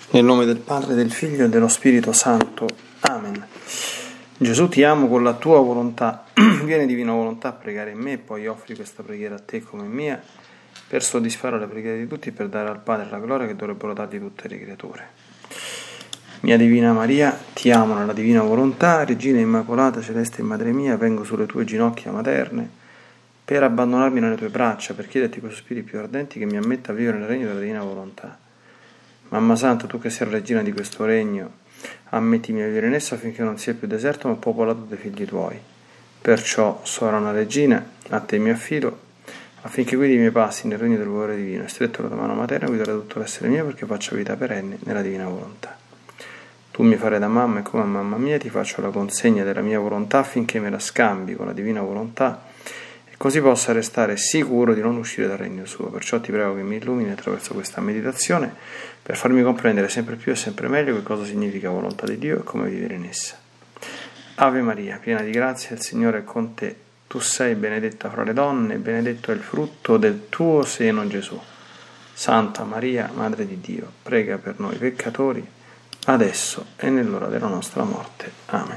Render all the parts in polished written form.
Nel nome del Padre, del Figlio e dello Spirito Santo. Amen. Gesù, ti amo con la tua volontà. Vieni, divina volontà, a pregare in me e poi offri questa preghiera a te come mia per soddisfare le preghiere di tutti e per dare al Padre la gloria che dovrebbero dargli tutte le creature. Mia Divina Maria, ti amo nella divina volontà, Regina Immacolata, Celeste e Madre mia, vengo sulle tue ginocchia materne per abbandonarmi nelle tue braccia, per chiederti con sospiri più ardenti che mi ammetta a vivere nel regno della divina volontà. Mamma Santa, tu che sei la regina di questo regno, ammettimi a vivere in esso affinché non sia più deserto ma popolato dai figli tuoi. Perciò, sovrana regina, a te mi affido, affinché guidi i miei passi nel regno del volere divino, e stretto la tua mano materna guiderai tutto l'essere mio perché faccia vita perenne nella divina volontà. Tu mi farai da mamma e come a mamma mia ti faccio la consegna della mia volontà affinché me la scambi con la divina volontà e così possa restare sicuro di non uscire dal regno suo. Perciò ti prego che mi illumini attraverso questa meditazione per farmi comprendere sempre più e sempre meglio che cosa significa volontà di Dio e come vivere in essa. Ave Maria, piena di grazia, il Signore è con te. Tu sei benedetta fra le donne e benedetto è il frutto del tuo seno, Gesù. Santa Maria, Madre di Dio, prega per noi peccatori, adesso e nell'ora della nostra morte. Amen.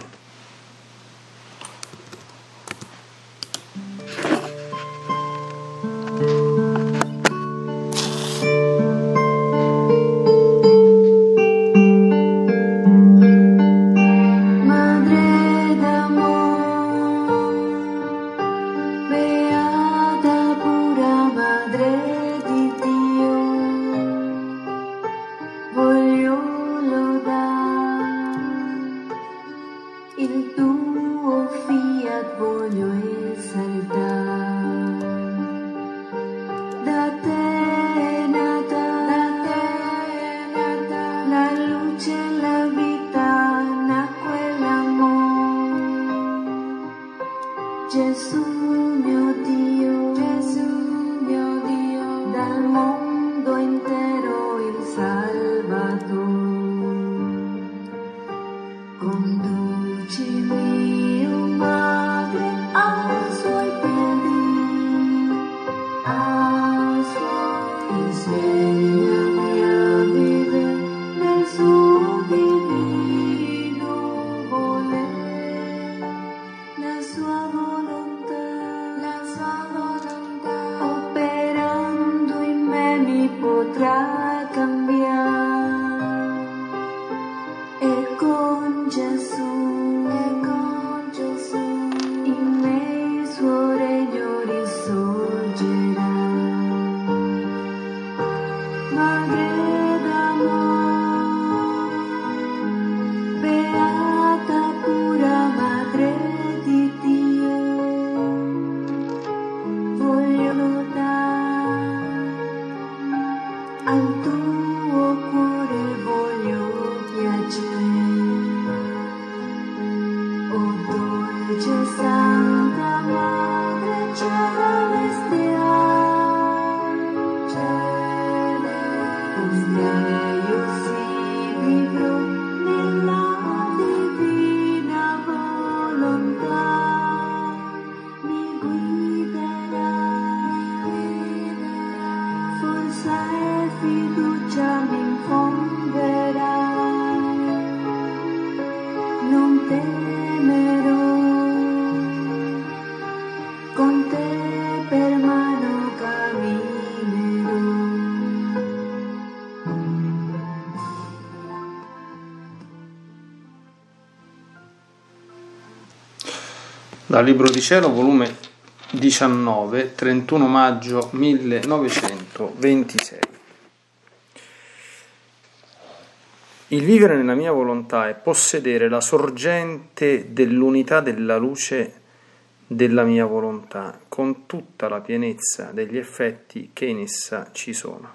Dal Libro di Cielo, volume 19, 31 maggio 1926. Il vivere nella mia volontà è possedere la sorgente dell'unità della luce della mia volontà, con tutta la pienezza degli effetti che in essa ci sono.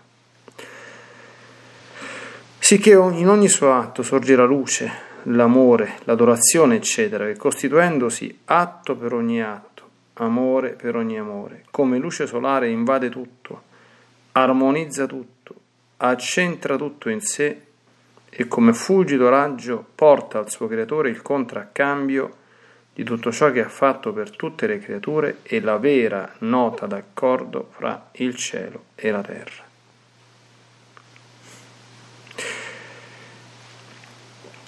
Sicché in ogni suo atto sorge la luce, l'amore, l'adorazione, eccetera, che costituendosi atto per ogni atto, amore per ogni amore, come luce solare invade tutto, armonizza tutto, accentra tutto in sé e come fulgido raggio porta al suo creatore il contraccambio di tutto ciò che ha fatto per tutte le creature e la vera nota d'accordo fra il cielo e la terra.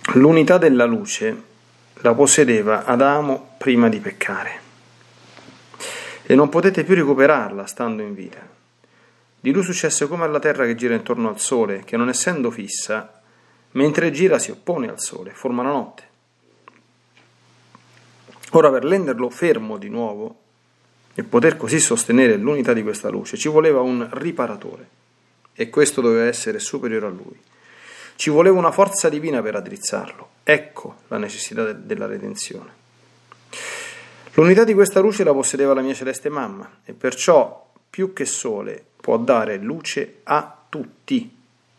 l'unità della luce la possedeva Adamo prima di peccare e non potete più recuperarla stando in vita. Di lui successe come alla terra che gira intorno al sole, che non essendo fissa, mentre gira si oppone al sole, forma la notte. Ora, per renderlo fermo di nuovo e poter così sostenere l'unità di questa luce, ci voleva un riparatore, e questo doveva essere superiore a lui. Ci voleva una forza divina per raddrizzarlo. Ecco la necessità della redenzione. L'unità di questa luce la possedeva la mia celeste mamma, e perciò, più che sole, può dare luce a tutti.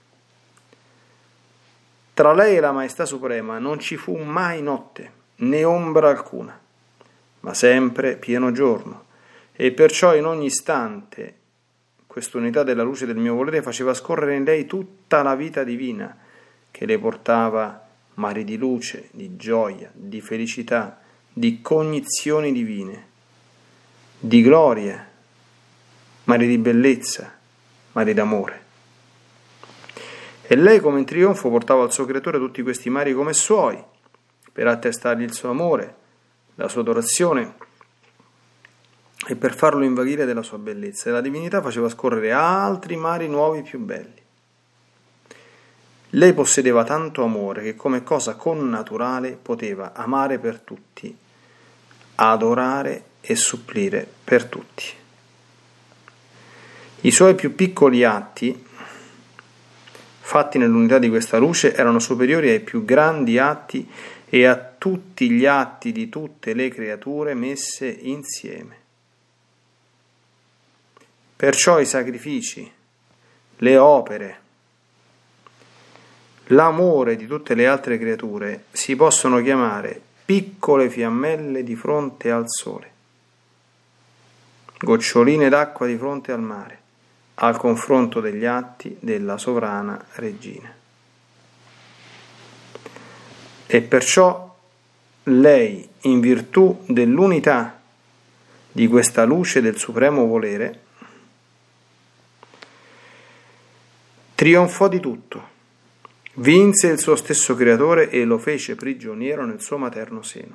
Tra lei e la Maestà Suprema non ci fu mai notte, né ombra alcuna, ma sempre pieno giorno, e perciò in ogni istante quest'unità della luce del mio volere faceva scorrere in lei tutta la vita divina, che le portava mari di luce, di gioia, di felicità, di cognizioni divine, di gloria, mari di bellezza, mari d'amore. E lei, come in trionfo, portava al suo creatore tutti questi mari come suoi, per attestargli il suo amore, la sua adorazione e per farlo invaghire della sua bellezza. E la divinità faceva scorrere altri mari nuovi più belli. Lei possedeva tanto amore che come cosa connaturale poteva amare per tutti, adorare e supplire per tutti. I suoi più piccoli atti, fatti nell'unità di questa luce, erano superiori ai più grandi atti e a tutti gli atti di tutte le creature messe insieme. Perciò i sacrifici, le opere, l'amore di tutte le altre creature si possono chiamare piccole fiammelle di fronte al sole, goccioline d'acqua di fronte al mare, al confronto degli atti della sovrana regina. E perciò lei, in virtù dell'unità di questa luce del supremo volere, trionfò di tutto, vinse il suo stesso creatore e lo fece prigioniero nel suo materno seno.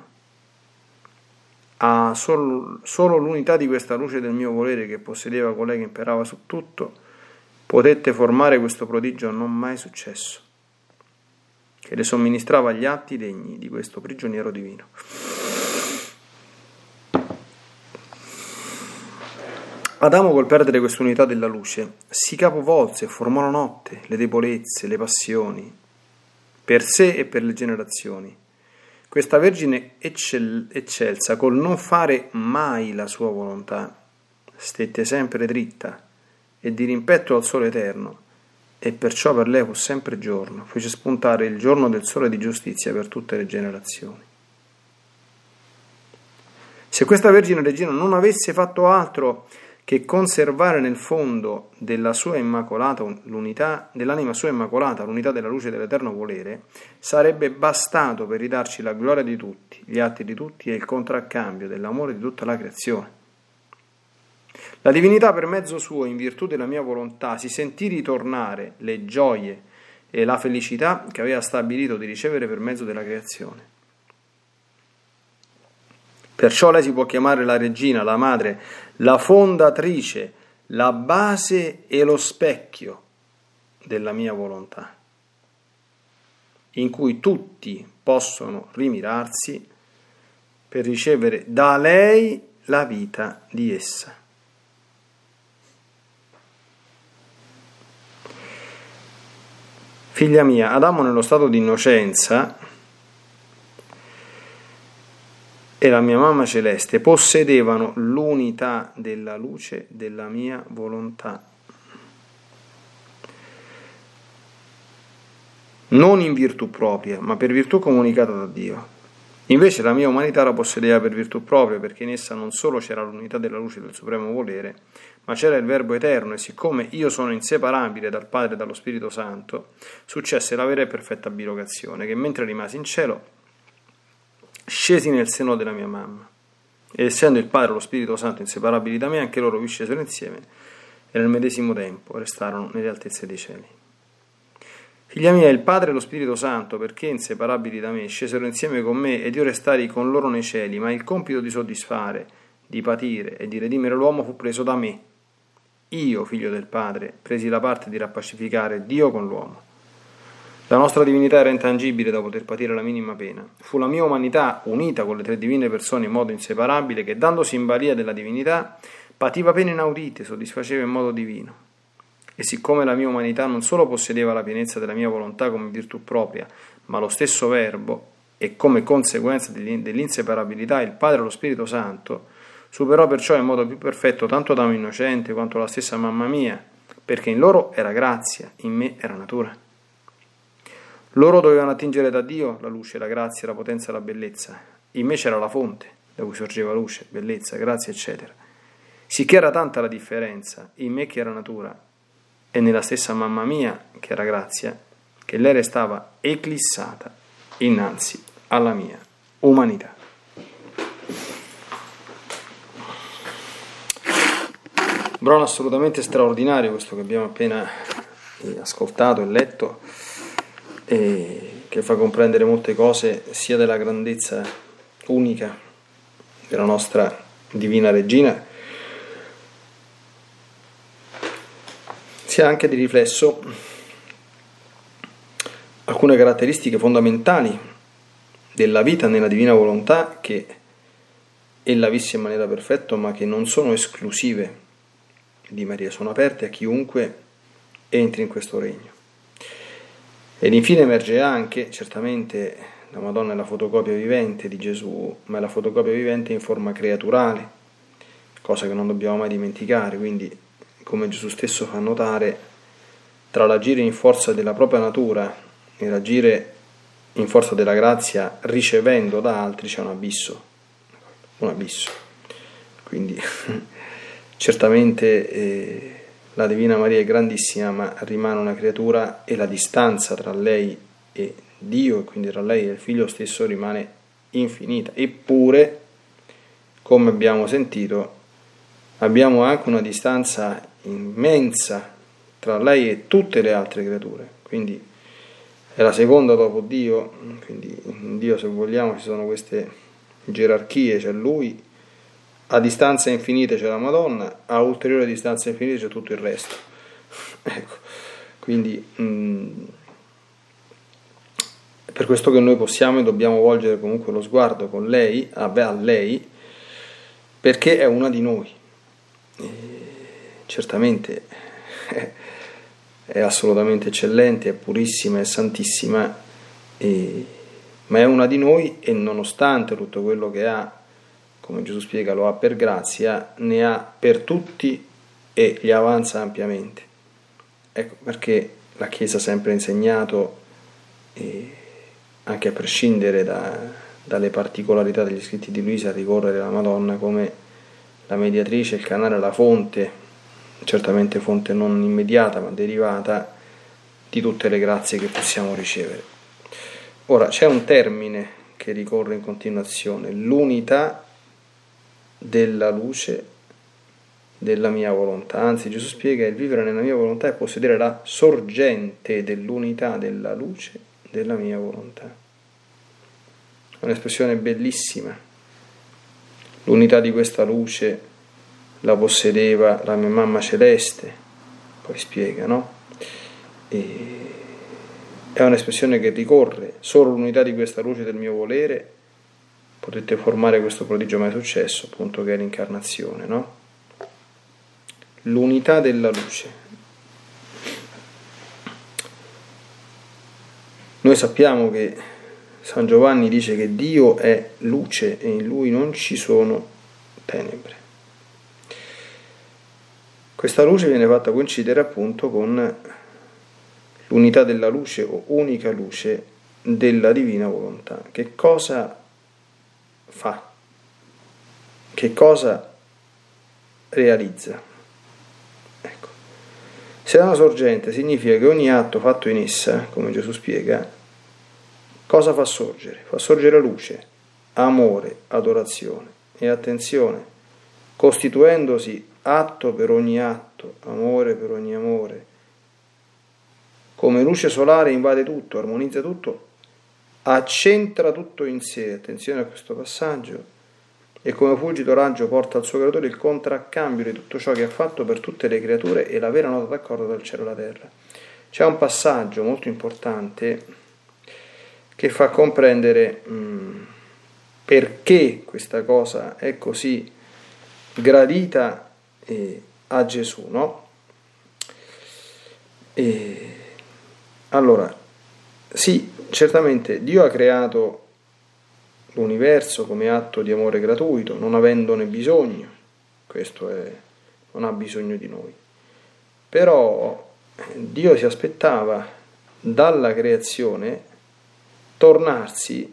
A solo l'unità di questa luce del mio volere, che possedeva colei che imperava su tutto, potette formare questo prodigio non mai successo, che le somministrava gli atti degni di questo prigioniero divino. Adamo, col perdere quest'unità della luce, si capovolse e formò la notte, le debolezze, le passioni, per sé e per le generazioni. Questa Vergine eccelsa, col non fare mai la sua volontà, stette sempre dritta e di rimpetto al sole eterno, e perciò per lei fu sempre giorno, fece spuntare il giorno del sole di giustizia per tutte le generazioni. Se questa Vergine Regina non avesse fatto altro che conservare nel fondo della sua immacolata l'unità, dell'anima sua immacolata, l'unità della luce dell'eterno volere, sarebbe bastato per ridarci la gloria di tutti, gli atti di tutti e il contraccambio dell'amore di tutta la creazione. La divinità, per mezzo suo, in virtù della mia volontà, si sentì ritornare le gioie e la felicità che aveva stabilito di ricevere per mezzo della creazione. Perciò lei si può chiamare la regina, la madre, la fondatrice, la base e lo specchio della mia volontà, in cui tutti possono rimirarsi per ricevere da lei la vita di essa. Figlia mia, Adamo nello stato di innocenza e la mia mamma celeste possedevano l'unità della luce della mia volontà, non in virtù propria, ma per virtù comunicata da Dio. Invece la mia umanità la possedeva per virtù propria, perché in essa non solo c'era l'unità della luce del supremo volere, ma c'era il Verbo eterno, e siccome io sono inseparabile dal Padre e dallo Spirito Santo, successe la vera e perfetta bilocazione, che mentre rimasi in cielo scesi nel seno della mia mamma, e essendo il Padre e lo Spirito Santo inseparabili da me, anche loro vi scesero insieme e nel medesimo tempo restarono nelle altezze dei cieli. Figlia mia, il Padre e lo Spirito Santo, perché inseparabili da me, scesero insieme con me ed io restai con loro nei cieli, ma il compito di soddisfare, di patire e di redimere l'uomo fu preso da me. Io, figlio del Padre, presi la parte di rappacificare Dio con l'uomo. La nostra divinità era intangibile da poter patire la minima pena. Fu la mia umanità, unita con le tre divine persone in modo inseparabile, che dandosi in balia della divinità, pativa pene inaudite, soddisfaceva in modo divino. E siccome la mia umanità non solo possedeva la pienezza della mia volontà come virtù propria, ma lo stesso Verbo, e come conseguenza dell'inseparabilità il Padre e lo Spirito Santo, superò perciò in modo più perfetto tanto Adamo innocente quanto la stessa mamma mia, perché in loro era grazia, in me era natura. Loro dovevano attingere da Dio la luce, la grazia, la potenza e la bellezza. In me c'era la fonte, da cui sorgeva luce, bellezza, grazia, eccetera. Sicché era tanta la differenza, in me che era natura, e nella stessa mamma mia, che era grazia, che lei restava eclissata innanzi alla mia umanità. Un brano assolutamente straordinario questo che abbiamo appena ascoltato e letto, e che fa comprendere molte cose sia della grandezza unica della nostra Divina Regina, sia anche di riflesso alcune caratteristiche fondamentali della vita nella Divina Volontà che ella visse in maniera perfetta, ma che non sono esclusive di Maria, sono aperte a chiunque entri in questo regno. Ed infine emerge anche, certamente, la Madonna è la fotocopia vivente di Gesù, ma è la fotocopia vivente in forma creaturale, cosa che non dobbiamo mai dimenticare. Quindi, come Gesù stesso fa notare, tra l'agire in forza della propria natura e l'agire in forza della grazia ricevendo da altri c'è un abisso. Quindi, certamente la Divina Maria è grandissima, ma rimane una creatura e la distanza tra lei e Dio, e quindi tra lei e il Figlio stesso, rimane infinita. Eppure, come abbiamo sentito, abbiamo anche una distanza immensa tra lei e tutte le altre creature. Quindi è la seconda dopo Dio, quindi in Dio, se vogliamo, ci sono queste gerarchie, c'è Lui, a distanza infinite c'è la Madonna, a ulteriore distanza infinite c'è tutto il resto. Ecco, quindi per questo che noi possiamo e dobbiamo volgere comunque lo sguardo con lei, a lei, perché è una di noi. Certamente è assolutamente eccellente, è purissima, è santissima, ma è una di noi, e nonostante tutto quello che ha, come Gesù spiega, lo ha per grazia, ne ha per tutti e gli avanza ampiamente. Ecco perché la Chiesa ha sempre insegnato, anche a prescindere dalle particolarità degli scritti di Luisa, a ricorrere alla Madonna come la mediatrice, il canale, la fonte, certamente fonte non immediata ma derivata di tutte le grazie che possiamo ricevere. Ora c'è un termine che ricorre in continuazione: l'unità della luce della mia volontà. Anzi, Gesù spiega: il vivere nella mia volontà è possedere la sorgente dell'unità della luce della mia volontà. È un'espressione bellissima. L'unità di questa luce la possedeva la mia mamma celeste, poi spiega, no? È un'espressione che ricorre: solo l'unità di questa luce del mio volere potete formare questo prodigio mai successo, appunto, che è l'incarnazione, no? L'unità della luce. Noi sappiamo che San Giovanni dice che Dio è luce e in Lui non ci sono tenebre. Questa luce viene fatta coincidere appunto con l'unità della luce o unica luce della Divina Volontà. Che cosa fa? Che cosa realizza? Ecco. Se è una sorgente, significa che ogni atto fatto in essa, come Gesù spiega, cosa fa sorgere? Fa sorgere luce, amore, adorazione e attenzione, costituendosi atto per ogni atto, amore per ogni amore, come luce solare invade tutto, armonizza tutto, accentra tutto in sé, attenzione a questo passaggio, e come fulgido raggio porta al suo creatore il contraccambio di tutto ciò che ha fatto per tutte le creature e la vera nota d'accordo dal cielo alla terra. C'è un passaggio molto importante che fa comprendere perché questa cosa è così gradita a Gesù, no? Allora, sì, certamente Dio ha creato l'universo come atto di amore gratuito, non avendone bisogno, non ha bisogno di noi. Però Dio si aspettava dalla creazione tornarsi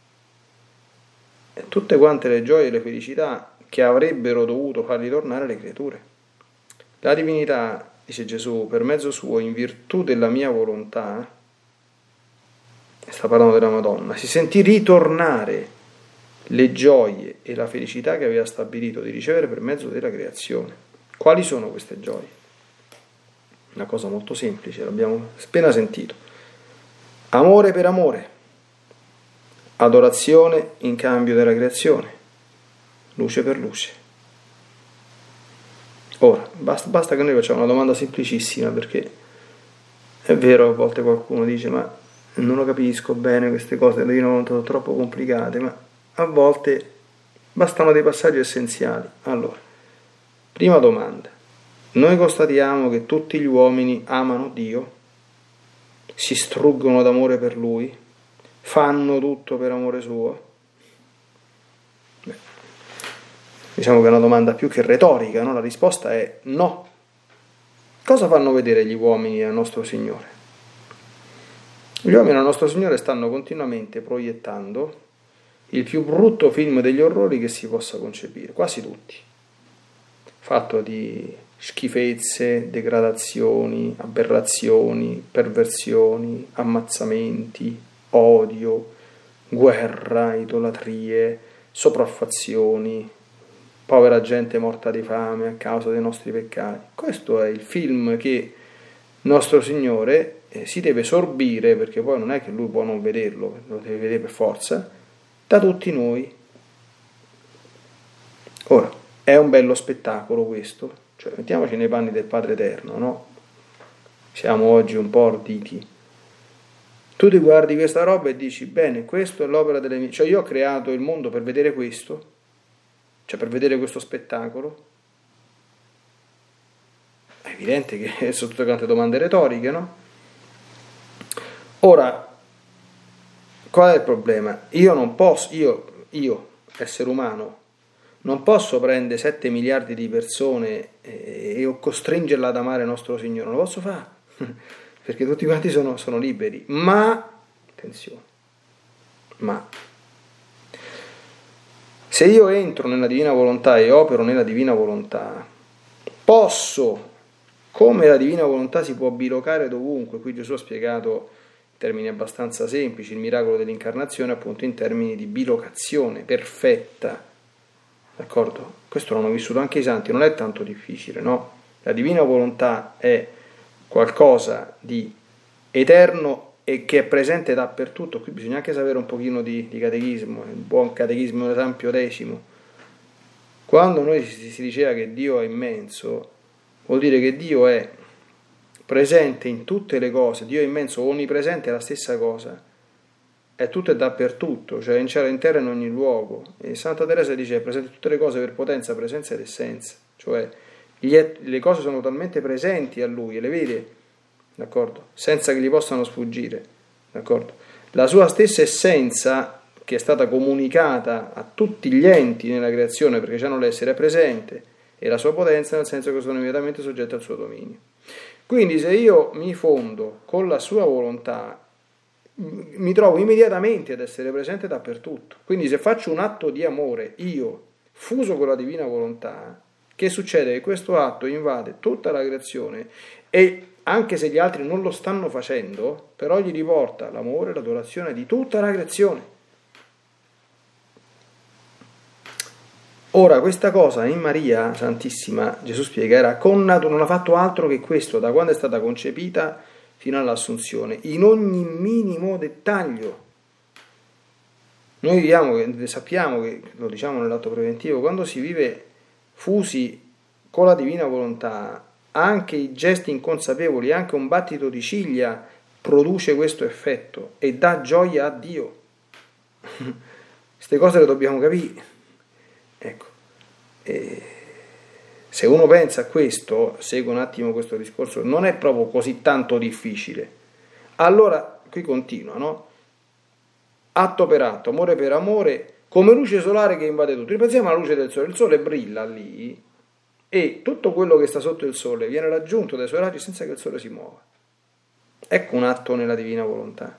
tutte quante le gioie e le felicità che avrebbero dovuto fargli tornare le creature. La divinità, dice Gesù, per mezzo suo, in virtù della mia volontà, sta parlando della Madonna, si sentì ritornare le gioie e la felicità che aveva stabilito di ricevere per mezzo della creazione. Quali sono queste gioie? Una cosa molto semplice, l'abbiamo appena sentito. Amore per amore, adorazione in cambio della creazione, luce per luce. Ora, basta che noi facciamo una domanda semplicissima, perché è vero, a volte qualcuno dice ma non lo capisco bene queste cose, le divine volontà sono troppo complicate, ma a volte bastano dei passaggi essenziali. Allora, prima domanda, noi constatiamo che tutti gli uomini amano Dio, si struggono d'amore per Lui, fanno tutto per amore suo? Diciamo che è una domanda più che retorica, no? La risposta è no. Cosa fanno vedere gli uomini al nostro Signore? Gli uomini al nostro Signore stanno continuamente proiettando il più brutto film degli orrori che si possa concepire, quasi tutti, fatto di schifezze, degradazioni, aberrazioni, perversioni, ammazzamenti, odio, guerra, idolatrie, sopraffazioni, povera gente morta di fame a causa dei nostri peccati. Questo è il film che nostro Signore si deve sorbire, perché poi non è che Lui può non vederlo, lo deve vedere per forza, da tutti noi. Ora, è un bello spettacolo questo, cioè mettiamoci nei panni del Padre Eterno, no? Siamo oggi un po' arditi. Tu ti guardi questa roba e dici, bene, questo è l'opera delle mie... Cioè io ho creato il mondo per vedere questo, cioè per vedere questo spettacolo. È evidente che sono tutte quante domande retoriche, no? Ora, qual è il problema? Io non posso, io, essere umano, non posso prendere 7 miliardi di persone e costringerla ad amare il nostro Signore, non lo posso fare, perché tutti quanti sono liberi, ma, attenzione, ma, se io entro nella divina volontà e opero nella divina volontà, posso, come la divina volontà si può bilocare dovunque, qui Gesù ha spiegato in termini abbastanza semplici il miracolo dell'incarnazione, appunto in termini di bilocazione perfetta, d'accordo? Questo l'hanno vissuto anche i santi, non è tanto difficile, no? La divina volontà è qualcosa di eterno e che è presente dappertutto. Qui bisogna anche sapere un pochino di catechismo, il buon catechismo dell'Esempio X. Quando noi si diceva che Dio è immenso, vuol dire che Dio è presente in tutte le cose, Dio è immenso, onnipresente è la stessa cosa, è tutto e dappertutto, cioè in cielo e in terra in ogni luogo. E Santa Teresa dice è presente in tutte le cose per potenza, presenza ed essenza, cioè le cose sono talmente presenti a Lui e le vede, d'accordo? Senza che gli possano sfuggire, d'accordo? La sua stessa essenza, che è stata comunicata a tutti gli enti nella creazione perché hanno l'essere, è presente, e la sua potenza nel senso che sono immediatamente soggetti al suo dominio. Quindi se io mi fondo con la sua volontà, mi trovo immediatamente ad essere presente dappertutto. Quindi se faccio un atto di amore, io, fuso con la divina volontà, che succede? Che questo atto invade tutta la creazione e anche se gli altri non lo stanno facendo, però gli riporta l'amore e l'adorazione di tutta la creazione. Ora, questa cosa in Maria Santissima, Gesù spiega, era connato, non ha fatto altro che questo, da quando è stata concepita fino all'assunzione, in ogni minimo dettaglio. Noi sappiamo che, lo diciamo nell'atto preventivo, quando si vive fusi con la divina volontà, anche i gesti inconsapevoli, anche un battito di ciglia produce questo effetto e dà gioia a Dio. Queste cose le dobbiamo capire. Ecco. Se uno pensa a questo, segue un attimo questo discorso, non è proprio così tanto difficile. Allora, qui continua, no? Atto per atto, amore per amore, come luce solare che invade tutto. Ripensiamo alla luce del sole. Il sole brilla lì e tutto quello che sta sotto il sole viene raggiunto dai suoi raggi senza che il sole si muova. Ecco un atto nella divina volontà.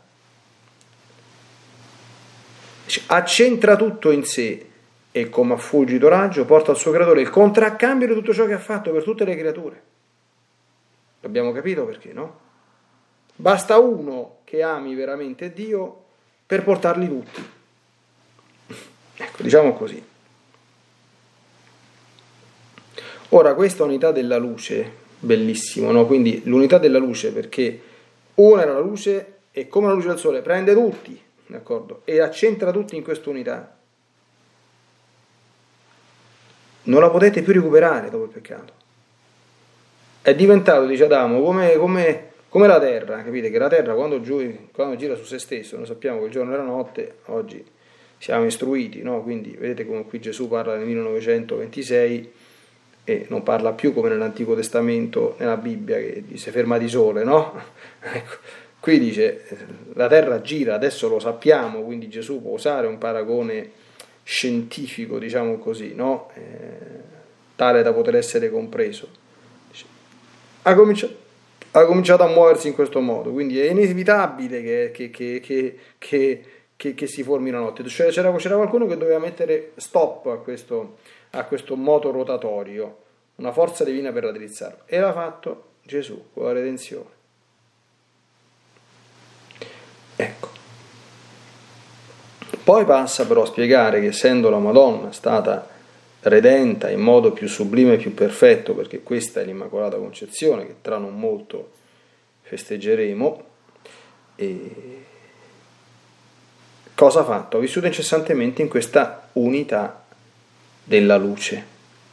Accentra tutto in sé e come a fulgido raggio porta al suo creatore il contraccambio di tutto ciò che ha fatto per tutte le creature. L'abbiamo capito perché, no? Basta uno che ami veramente Dio per portarli tutti. Ecco, diciamo così. Ora, questa unità della luce, bellissimo, no? Quindi l'unità della luce, perché una è la luce e come la luce del sole prende tutti, d'accordo? E accentra tutti in questa unità. Non la potete più recuperare dopo il peccato. È diventato, dice Adamo, come la terra, capite? Che la terra quando gira su se stesso, noi sappiamo che il giorno e la notte, oggi siamo istruiti, no? Quindi vedete come qui Gesù parla nel 1926 e non parla più come nell'Antico Testamento, nella Bibbia, che si ferma di sole, no? Ecco, qui dice la terra gira, adesso lo sappiamo, quindi Gesù può usare un paragone scientifico, diciamo così, no? Tale da poter essere compreso. Ha cominciato a muoversi in questo modo, quindi è inevitabile che si formi la notte. Cioè, c'era qualcuno che doveva mettere stop a questo moto rotatorio, una forza divina per raddrizzarlo, e l'ha fatto Gesù con la redenzione. Ecco. Poi passa però a spiegare che essendo la Madonna stata redenta in modo più sublime e più perfetto, perché questa è l'Immacolata Concezione che tra non molto festeggeremo, e cosa ha fatto? Ha vissuto incessantemente in questa unità della luce.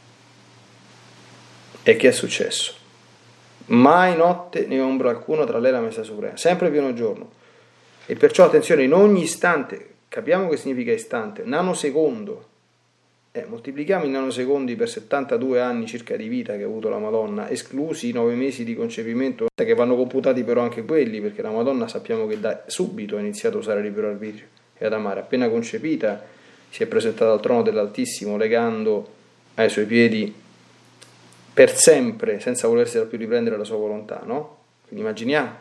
E che è successo? Mai notte né ombra alcuna tra lei e la Maestà Suprema, sempre pieno giorno. E perciò attenzione, in ogni istante, capiamo che significa istante, nanosecondo, moltiplichiamo i nanosecondi per 72 anni circa di vita che ha avuto la Madonna, esclusi i 9 mesi di concepimento, che vanno computati però anche quelli, perché la Madonna sappiamo che da subito ha iniziato a usare il libero arbitrio e ad amare. Appena concepita si è presentata al trono dell'Altissimo, legando ai suoi piedi per sempre, senza volersela più riprendere la sua volontà, no? Quindi immaginiamo.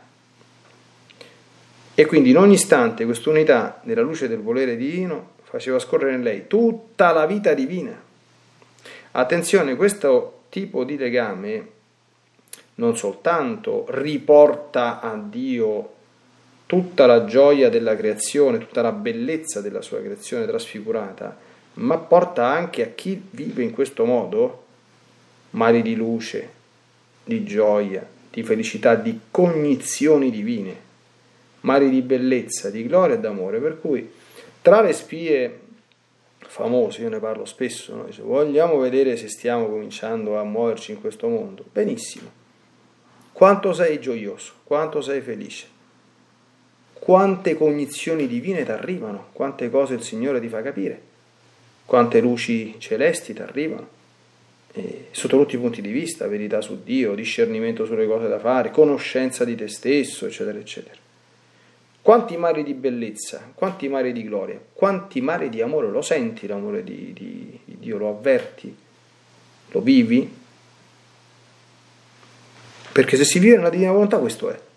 E quindi in ogni istante quest'unità della luce del volere divino faceva scorrere in lei tutta la vita divina. Attenzione, questo tipo di legame non soltanto riporta a Dio tutta la gioia della creazione, tutta la bellezza della sua creazione trasfigurata, ma porta anche a chi vive in questo modo mari di luce, di gioia, di felicità, di cognizioni divine, mari di bellezza, di gloria e d'amore. Per cui tra le spie famose, io ne parlo spesso, no? Dice, vogliamo vedere se stiamo cominciando a muoverci in questo mondo? Benissimo. Quanto sei gioioso, quanto sei felice, quante cognizioni divine ti arrivano, quante cose il Signore ti fa capire, quante luci celesti ti arrivano, sotto tutti i punti di vista, verità su Dio, discernimento sulle cose da fare, conoscenza di te stesso, eccetera, eccetera. Quanti mari di bellezza, quanti mari di gloria, quanti mari di amore, lo senti l'amore di Dio, lo avverti, lo vivi? Perché se si vive nella divina volontà questo è.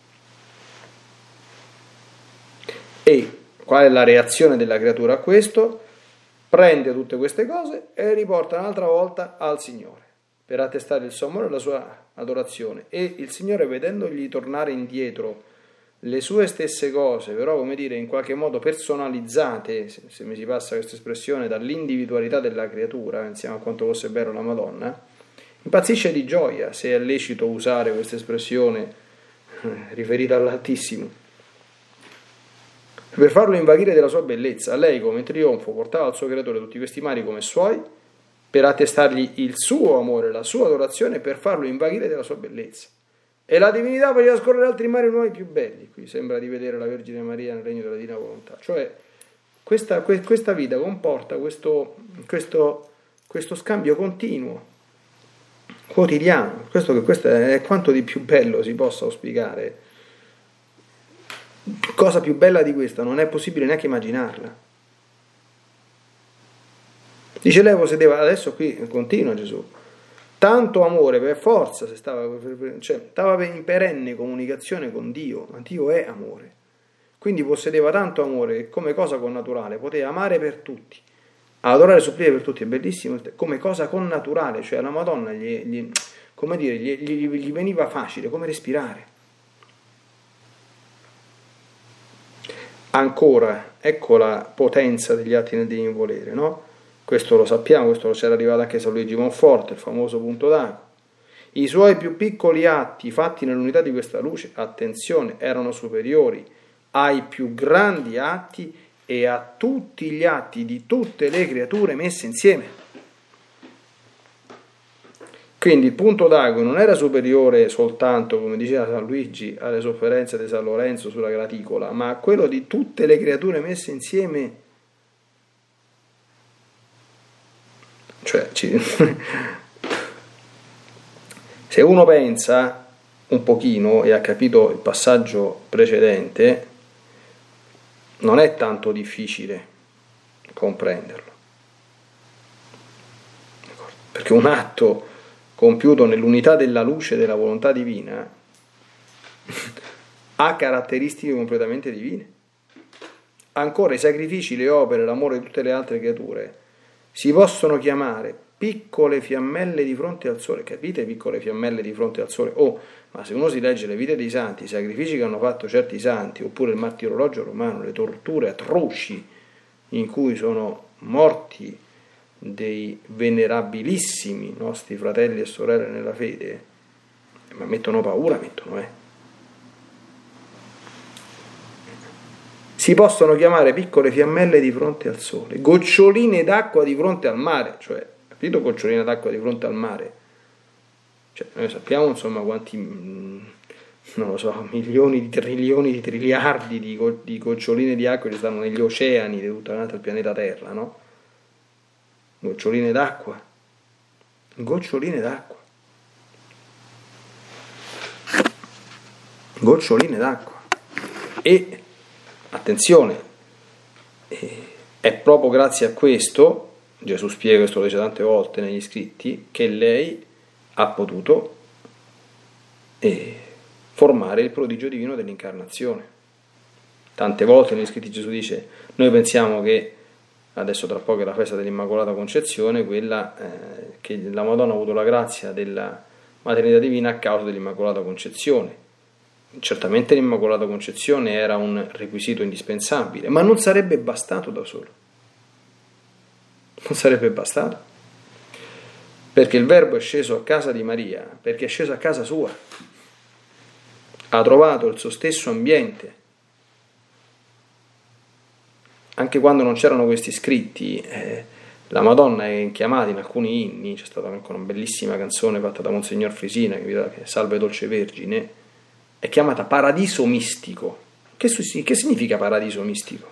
E qual è la reazione della creatura a questo? Prende tutte queste cose e le riporta un'altra volta al Signore per attestare il suo amore e la sua adorazione. E il Signore, vedendogli tornare indietro le sue stesse cose, però come dire in qualche modo personalizzate, se mi si passa questa espressione, dall'individualità della creatura, pensiamo a quanto fosse bello la Madonna, impazzisce di gioia, se è lecito usare questa espressione riferita all'Altissimo, per farlo invaghire della sua bellezza. A lei come trionfo portava al suo creatore tutti questi mari come suoi, per attestargli il suo amore, la sua adorazione, per farlo invaghire della sua bellezza. E la divinità faceva scorrere altri mari nuovi più belli. Qui sembra di vedere la Vergine Maria nel regno della divina volontà. Cioè questa vita comporta questo scambio continuo, quotidiano. Questo è quanto di più bello si possa auspicare. Cosa più bella di questa non è possibile neanche immaginarla. Dice lei possedeva, adesso qui continua Gesù, tanto amore per forza, se stava in perenne comunicazione con Dio, ma Dio è amore. Quindi possedeva tanto amore che come cosa connaturale poteva amare per tutti, adorare e supplire per tutti. È bellissimo, come cosa connaturale, cioè la Madonna gli veniva facile, come respirare. Ancora, ecco la potenza degli atti nel divino volere, no? Questo lo sappiamo, questo c'era arrivato anche San Luigi Monforte, il famoso punto d'acqua. I suoi più piccoli atti fatti nell'unità di questa luce, attenzione, erano superiori ai più grandi atti e a tutti gli atti di tutte le creature messe insieme. Quindi il punto d'ago non era superiore soltanto, come diceva San Luigi, alle sofferenze di San Lorenzo sulla graticola, ma a quello di tutte le creature messe insieme. Cioè, se uno pensa un pochino e ha capito il passaggio precedente, non è tanto difficile comprenderlo. Perché un atto compiuto nell'unità della luce della volontà divina ha caratteristiche completamente divine. Ancora i sacrifici, le opere, l'amore di tutte le altre creature si possono chiamare piccole fiammelle di fronte al sole. Capite, piccole fiammelle di fronte al sole? Ma se uno si legge le vite dei santi, i sacrifici che hanno fatto certi santi, oppure il martirologio romano, le torture atroci in cui sono morti dei venerabilissimi nostri fratelli e sorelle nella fede, ma mettono paura, si possono chiamare piccole fiammelle di fronte al sole, goccioline d'acqua di fronte al mare. Cioè, capito, goccioline d'acqua di fronte al mare? Cioè, noi sappiamo insomma quanti, non lo so, milioni di trilioni di triliardi di goccioline di acqua ci stanno negli oceani di tutto il pianeta Terra, no? Goccioline d'acqua, goccioline d'acqua, goccioline d'acqua. E attenzione, è proprio grazie a questo, Gesù spiega, questo lo dice tante volte negli scritti, che lei ha potuto formare il prodigio divino dell'incarnazione. Tante volte negli scritti Gesù dice, noi pensiamo che adesso tra poco è la festa dell'Immacolata Concezione, quella che la Madonna ha avuto la grazia della maternità divina a causa dell'Immacolata Concezione. Certamente l'Immacolata Concezione era un requisito indispensabile, ma non sarebbe bastato da solo. Non sarebbe bastato. Perché il Verbo è sceso a casa di Maria, perché è sceso a casa sua. Ha trovato il suo stesso ambiente. Anche quando non c'erano questi scritti, la Madonna è chiamata in alcuni inni, c'è stata anche una bellissima canzone fatta da Monsignor Frisina, che è Salve Dolce Vergine, è chiamata Paradiso Mistico. Che significa Paradiso Mistico?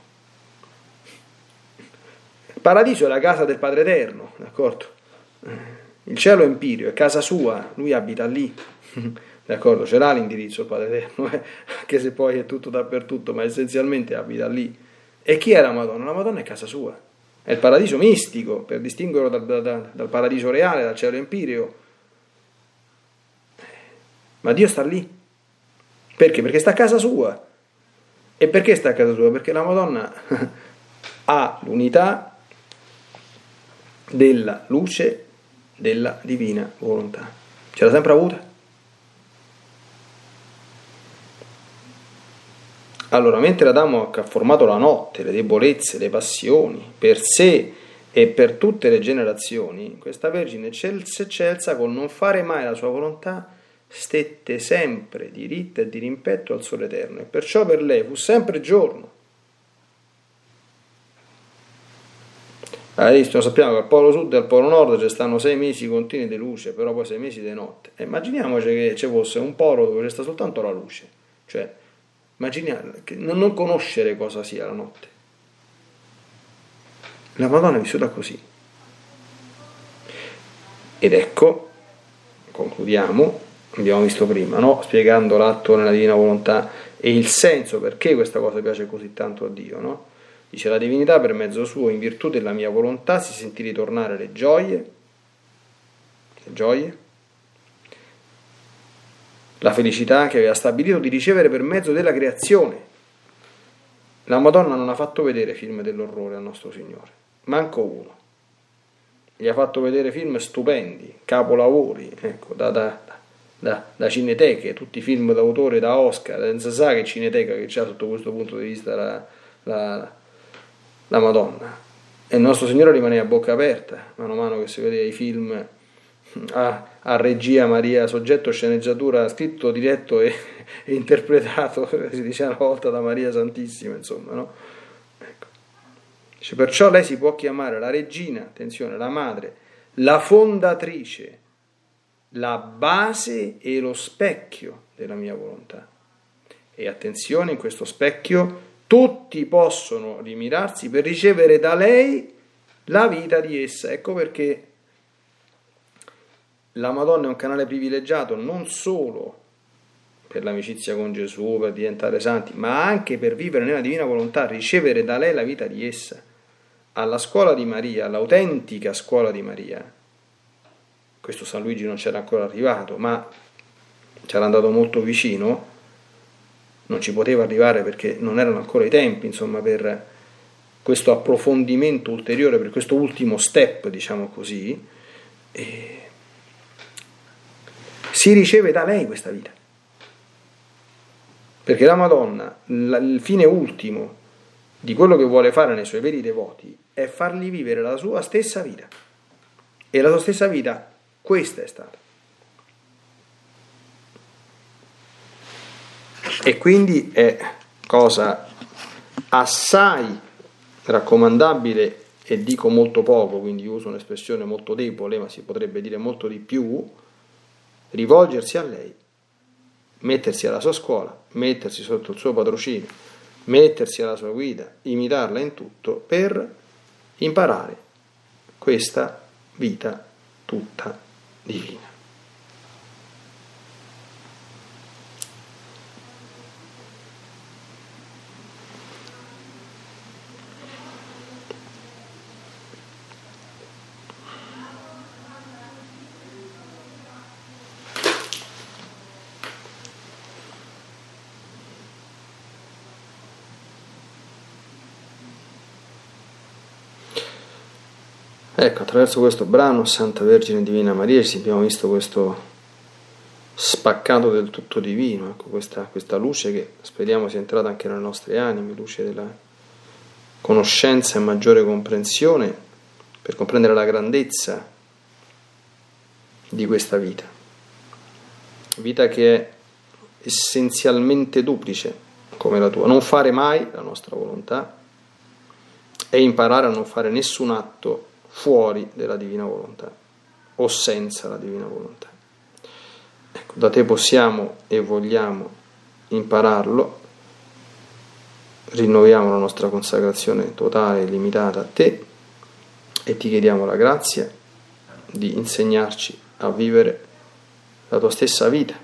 Paradiso è la casa del Padre Eterno, d'accordo? Il cielo empireo è casa sua, lui abita lì, d'accordo? Ce l'ha l'indirizzo il Padre Eterno, anche se poi è tutto dappertutto, ma essenzialmente abita lì. E chi è la Madonna? La Madonna è casa sua, è il paradiso mistico, per distinguerlo dal paradiso reale, dal cielo empireo. Ma Dio sta lì. Perché? Perché sta a casa sua. E perché sta a casa sua? Perché la Madonna ha l'unità della luce della divina volontà. Ce l'ha sempre avuta. Allora, mentre Adamo ha formato la notte, le debolezze, le passioni, per sé e per tutte le generazioni, questa Vergine eccelsa col non fare mai la sua volontà, stette sempre diritta e di rimpetto al sole eterno, e perciò per lei fu sempre giorno. Allora, sappiamo che al polo sud e al polo nord ci stanno 6 mesi continui di luce, però poi 6 mesi di notte. E immaginiamoci che ci fosse un polo dove c'è soltanto la luce, cioè immaginiamo che non conoscere cosa sia la notte. La Madonna è vissuta così. Ed ecco, concludiamo, abbiamo visto prima, no? Spiegando l'atto nella divina volontà e il senso perché questa cosa piace così tanto a Dio, no? Dice: la divinità per mezzo suo, in virtù della mia volontà, si sentì ritornare le gioie, la felicità che aveva stabilito di ricevere per mezzo della creazione. La Madonna non ha fatto vedere film dell'orrore al nostro Signore, manco uno. Gli ha fatto vedere film stupendi, capolavori, ecco, da cineteche, tutti i film d'autore da Oscar, non si sa che cineteca che c'ha sotto questo punto di vista la Madonna. E il nostro Signore rimaneva a bocca aperta mano a mano che si vedeva i film a regia Maria, soggetto, sceneggiatura, scritto, diretto e interpretato, si diceva una volta, da Maria Santissima, insomma, no? Ecco. Dice, perciò lei si può chiamare la regina, attenzione, la madre, la fondatrice, la base e lo specchio della mia volontà. E attenzione, in questo specchio tutti possono rimirarsi per ricevere da lei la vita di essa. Ecco perché la Madonna è un canale privilegiato non solo per l'amicizia con Gesù, per diventare santi, ma anche per vivere nella divina volontà, ricevere da lei la vita di essa. Alla scuola di Maria, l'autentica scuola di Maria, questo San Luigi non c'era ancora arrivato, ma c'era andato molto vicino, non ci poteva arrivare perché non erano ancora i tempi, insomma, per questo approfondimento ulteriore, per questo ultimo step, diciamo così, si riceve da lei questa vita. Perché la Madonna, il fine ultimo di quello che vuole fare nei suoi veri devoti è fargli vivere la sua stessa vita. E la sua stessa vita, questa è stata. E quindi è cosa assai raccomandabile, e dico molto poco, quindi uso un'espressione molto debole, ma si potrebbe dire molto di più, rivolgersi a lei, mettersi alla sua scuola, mettersi sotto il suo patrocinio, mettersi alla sua guida, imitarla in tutto per imparare questa vita tutta divina. Ecco, attraverso questo brano, Santa Vergine Divina Maria, ci abbiamo visto questo spaccato del tutto divino, ecco, questa luce che speriamo sia entrata anche nelle nostre anime, luce della conoscenza e maggiore comprensione, per comprendere la grandezza di questa vita che è essenzialmente duplice come la tua: non fare mai la nostra volontà e imparare a non fare nessun atto fuori della divina volontà o senza la divina volontà. Ecco, da te possiamo e vogliamo impararlo. Rinnoviamo la nostra consacrazione totale e limitata a te e ti chiediamo la grazia di insegnarci a vivere la tua stessa vita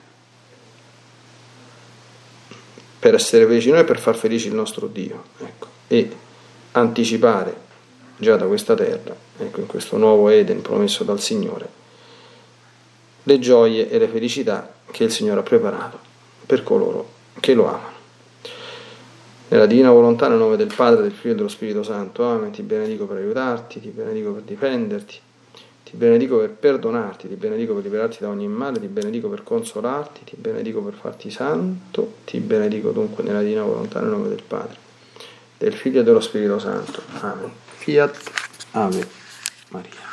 per essere felici noi e per far felice il nostro Dio, ecco, e anticipare già da questa terra, ecco, in questo nuovo Eden promesso dal Signore, le gioie e le felicità che il Signore ha preparato per coloro che lo amano. Nella divina volontà, nel nome del Padre, del Figlio e dello Spirito Santo. Amen. Ti benedico per aiutarti, ti benedico per difenderti, ti benedico per perdonarti, ti benedico per liberarti da ogni male, ti benedico per consolarti, ti benedico per farti santo, ti benedico dunque nella divina volontà, nel nome del Padre, del Figlio e dello Spirito Santo. Amen. Fiat Ave Maria.